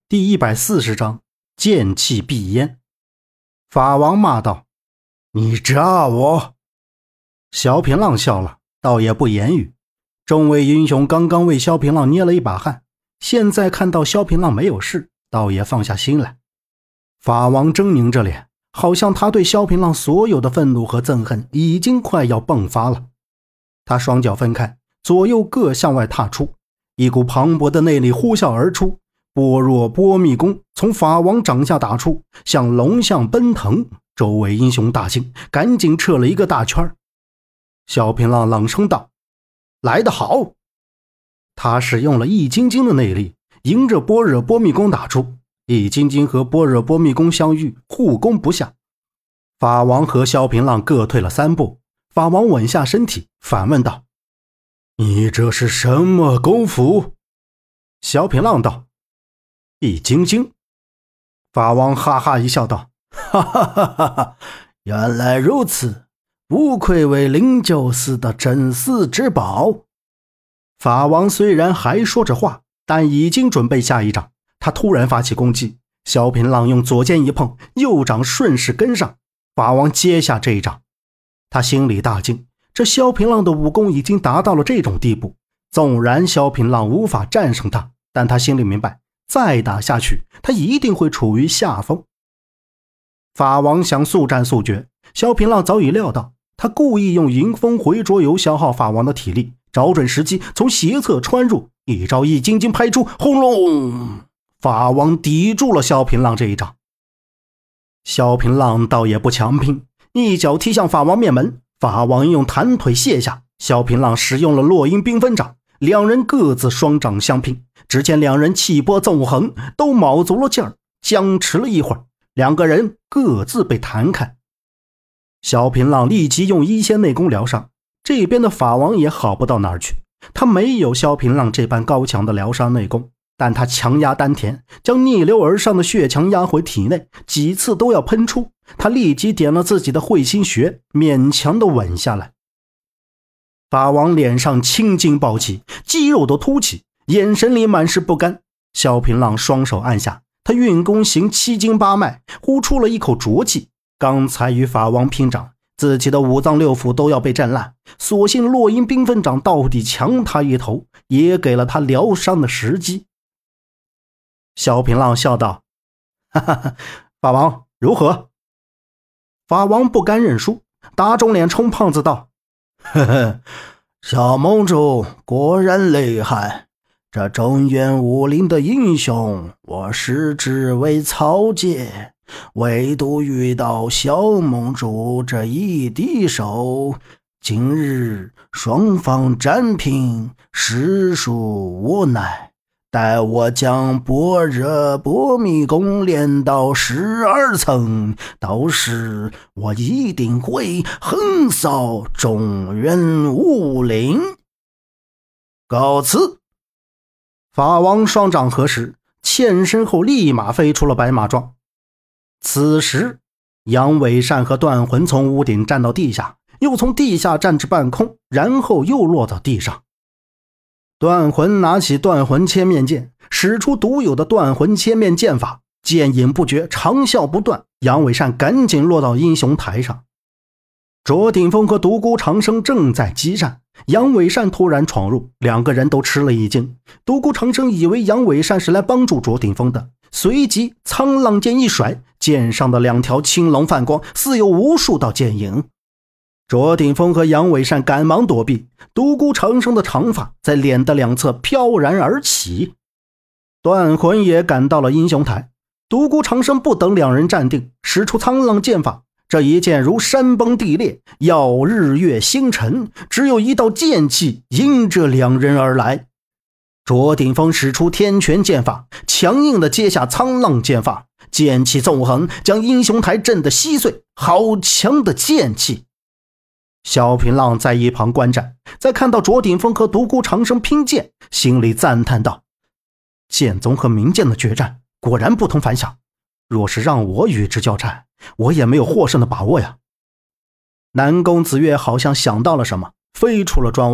第140章剑气闭烟。法王骂道：你诈我！萧平浪笑了，倒也不言语。众位英雄刚刚为萧平浪捏了一把汗，现在看到萧平浪没有事，倒也放下心来。法王狰狞着脸，好像他对萧平浪所有的愤怒和憎恨已经快要迸发了。他双脚分开，左右各向外踏出，一股磅礴的内力呼啸而出，般若波密功从法王掌下打出，像龙象奔腾，周围英雄大惊，赶紧撤了一个大圈。萧平浪冷声道：来得好！他使用了易筋经的内力，迎着般若波密功打出，易筋经和般若波密功相遇，互攻不下。法王和萧平浪各退了3步，法王稳下身体，反问道：你这是什么功夫？萧平浪道：易筋经。法王哈哈一笑道：哈哈哈哈，原来如此，不愧为灵鹫寺的镇寺之宝。法王虽然还说着话，但已经准备下一掌。他突然发起攻击，萧平浪用左肩一碰，右掌顺势跟上，法王接下这一掌。他心里大惊，这萧平浪的武功已经达到了这种地步，纵然萧平浪无法战胜他，但他心里明白，再打下去他一定会处于下风。法王想速战速决，萧平浪早已料到，他故意用迎风回捉油消耗法王的体力，找准时机从斜侧穿入，一招易筋经拍出，轰隆！法王抵住了萧平浪这一掌。萧平浪倒也不强拼，一脚踢向法王面门，法王用弹腿卸下，萧平浪使用了落英缤纷掌，两人各自双掌相拼，只见两人气波纵横，都卯足了劲儿，僵持了一会儿，两个人各自被弹开。萧平浪立即用一仙内功疗伤，这边的法王也好不到哪儿去，他没有萧平浪这般高强的疗伤内功，但他强压丹田，将逆流而上的血强压回体内，几次都要喷出。他立即点了自己的会心穴，勉强的稳下来。法王脸上青筋暴起，肌肉都凸起，眼神里满是不甘。萧平浪双手按下，他运功行7经8脉，呼出了一口浊气。刚才与法王拼掌，自己的五脏六腑都要被震烂，所幸落英缤纷掌到底强他一头，也给了他疗伤的时机。萧平浪笑道：哈哈哈，法王如何？法王不甘认输，打肿脸冲胖子道：呵呵，小盟主果然厉害，这中原武林的英雄我视之为草芥，唯独遇到小盟主这一敌手，今日双方战平，实属无奈。待我将般若波密功练到12层，到时我一定会横扫中原武林。告辞。法王双掌合十，欠身后立马飞出了白马庄。此时杨伟善和段魂从屋顶站到地下，又从地下站至半空，然后又落到地上。段魂拿起断魂千面剑，使出独有的断魂千面剑法，剑影不绝，长啸不断。杨伟善赶紧落到英雄台上。卓顶峰和独孤长生正在激战，杨伟善突然闯入，两个人都吃了一惊。独孤长生以为杨伟善是来帮助卓顶峰的，随即苍浪剑一甩，剑上的2条青龙泛光，似有无数道剑影。卓顶峰和杨伟善赶忙躲避，独孤长生的长发在脸的两侧飘然而起。段魂也赶到了英雄台，独孤长生不等两人站定，使出苍浪剑法，这一剑如山崩地裂，耀日月星辰，只有一道剑气迎着两人而来。卓顶峰使出天拳剑法，强硬地接下苍浪剑法，剑气纵横，将英雄台震得稀碎，好强的剑气。萧平浪在一旁观战，在看到卓顶峰和独孤长生拼剑，心里赞叹道：剑宗和名剑的决战果然不同凡响，若是让我与之交战，我也没有获胜的把握呀。南宫子月好像想到了什么，飞出了庄外，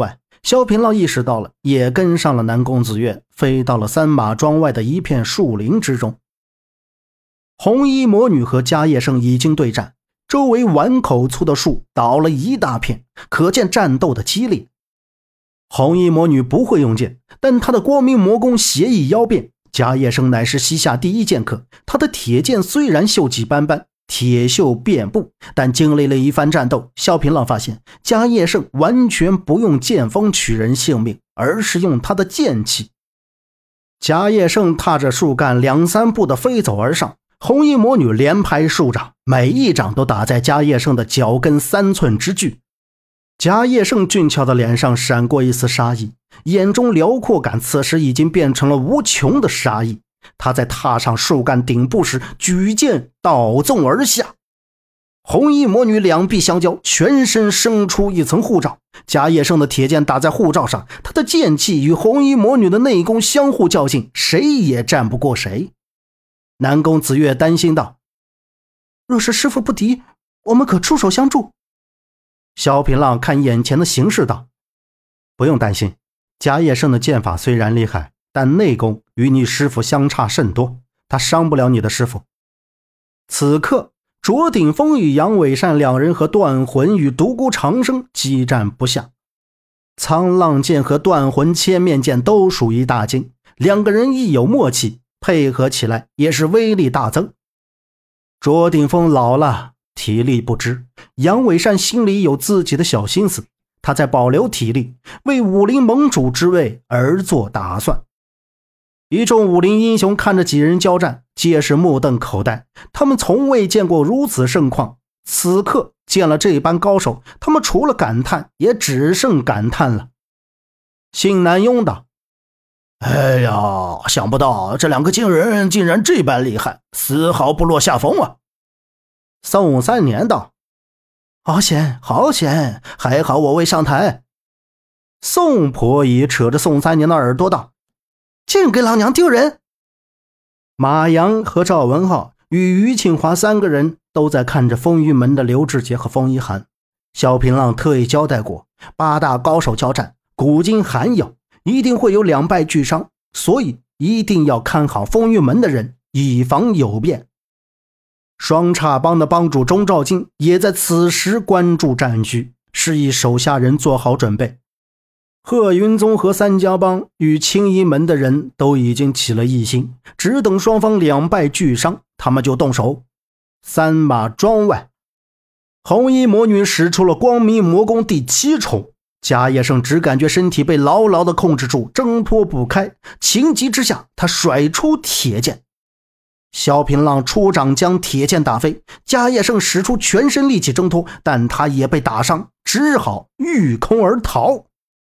萧平浪意识到了，也跟上了南宫子月，飞到了三马庄外的一片树林之中。红衣魔女和迦叶圣已经对战，周围碗口粗的树倒了一大片，可见战斗的激烈。红衣魔女不会用剑，但她的光明魔功邪异妖变，迦叶圣乃是西夏第一剑客，他的铁剑虽然锈迹斑斑，铁锈遍布，但经历了一番战斗，萧平浪发现迦叶圣完全不用剑锋取人性命，而是用他的剑气。迦叶圣踏着树干2、3步的飞走而上，红衣魔女连拍数掌，每一掌都打在迦叶圣的脚跟3寸之距。迦叶圣俊俏的脸上闪过一丝杀意，眼中辽阔感此时已经变成了无穷的杀意。他在踏上树干顶部时，举剑倒纵而下。红衣魔女两臂相交，全身生出一层护罩。迦叶圣的铁剑打在护罩上，他的剑气与红衣魔女的内功相互较劲，谁也战不过谁。南宫子月担心道：若是师父不敌，我们可出手相助。萧平浪看眼前的形势道：不用担心，迦叶圣的剑法虽然厉害，但内功与你师父相差甚多，他伤不了你的师父。此刻卓鼎峰与杨伟善两人和断魂与独孤长生激战不下。沧浪剑和断魂千面剑都属于大惊，两个人亦有默契，配合起来也是威力大增。卓鼎峰老了，体力不支，杨伟善心里有自己的小心思，他在保留体力，为武林盟主之位而做打算。一众武林英雄看着几人交战，皆是目瞪口呆，他们从未见过如此盛况，此刻见了这般高手，他们除了感叹也只剩感叹了。信南庸道：哎呀，想不到这两个惊人竟然这般厉害，丝毫不落下风啊。宋三年道：好险好险，还好我未上台。宋婆姨扯着宋三年的耳朵道：净给老娘丢人。马阳和赵文浩与于庆华3个人都在看着风云门的刘志杰和风一涵。萧平浪特意交代过，8大高手交战，古今罕有，一定会有2败俱伤，所以一定要看好风云门的人，以防有变。双叉帮的帮主钟兆金也在此时关注战局，示意手下人做好准备。贺云宗和三家帮与青衣门的人都已经起了异心，只等双方2败俱伤，他们就动手。三马庄外，红衣魔女使出了光明魔功第7重，迦叶圣只感觉身体被牢牢地控制住，挣脱不开，情急之下他甩出铁剑。萧平浪出掌将铁剑打飞，迦叶圣使出全身力气挣脱，但他也被打伤，只好御空而逃。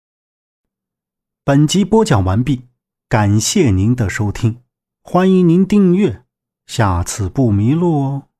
本集播讲完毕，感谢您的收听，欢迎您订阅，下次不迷路哦。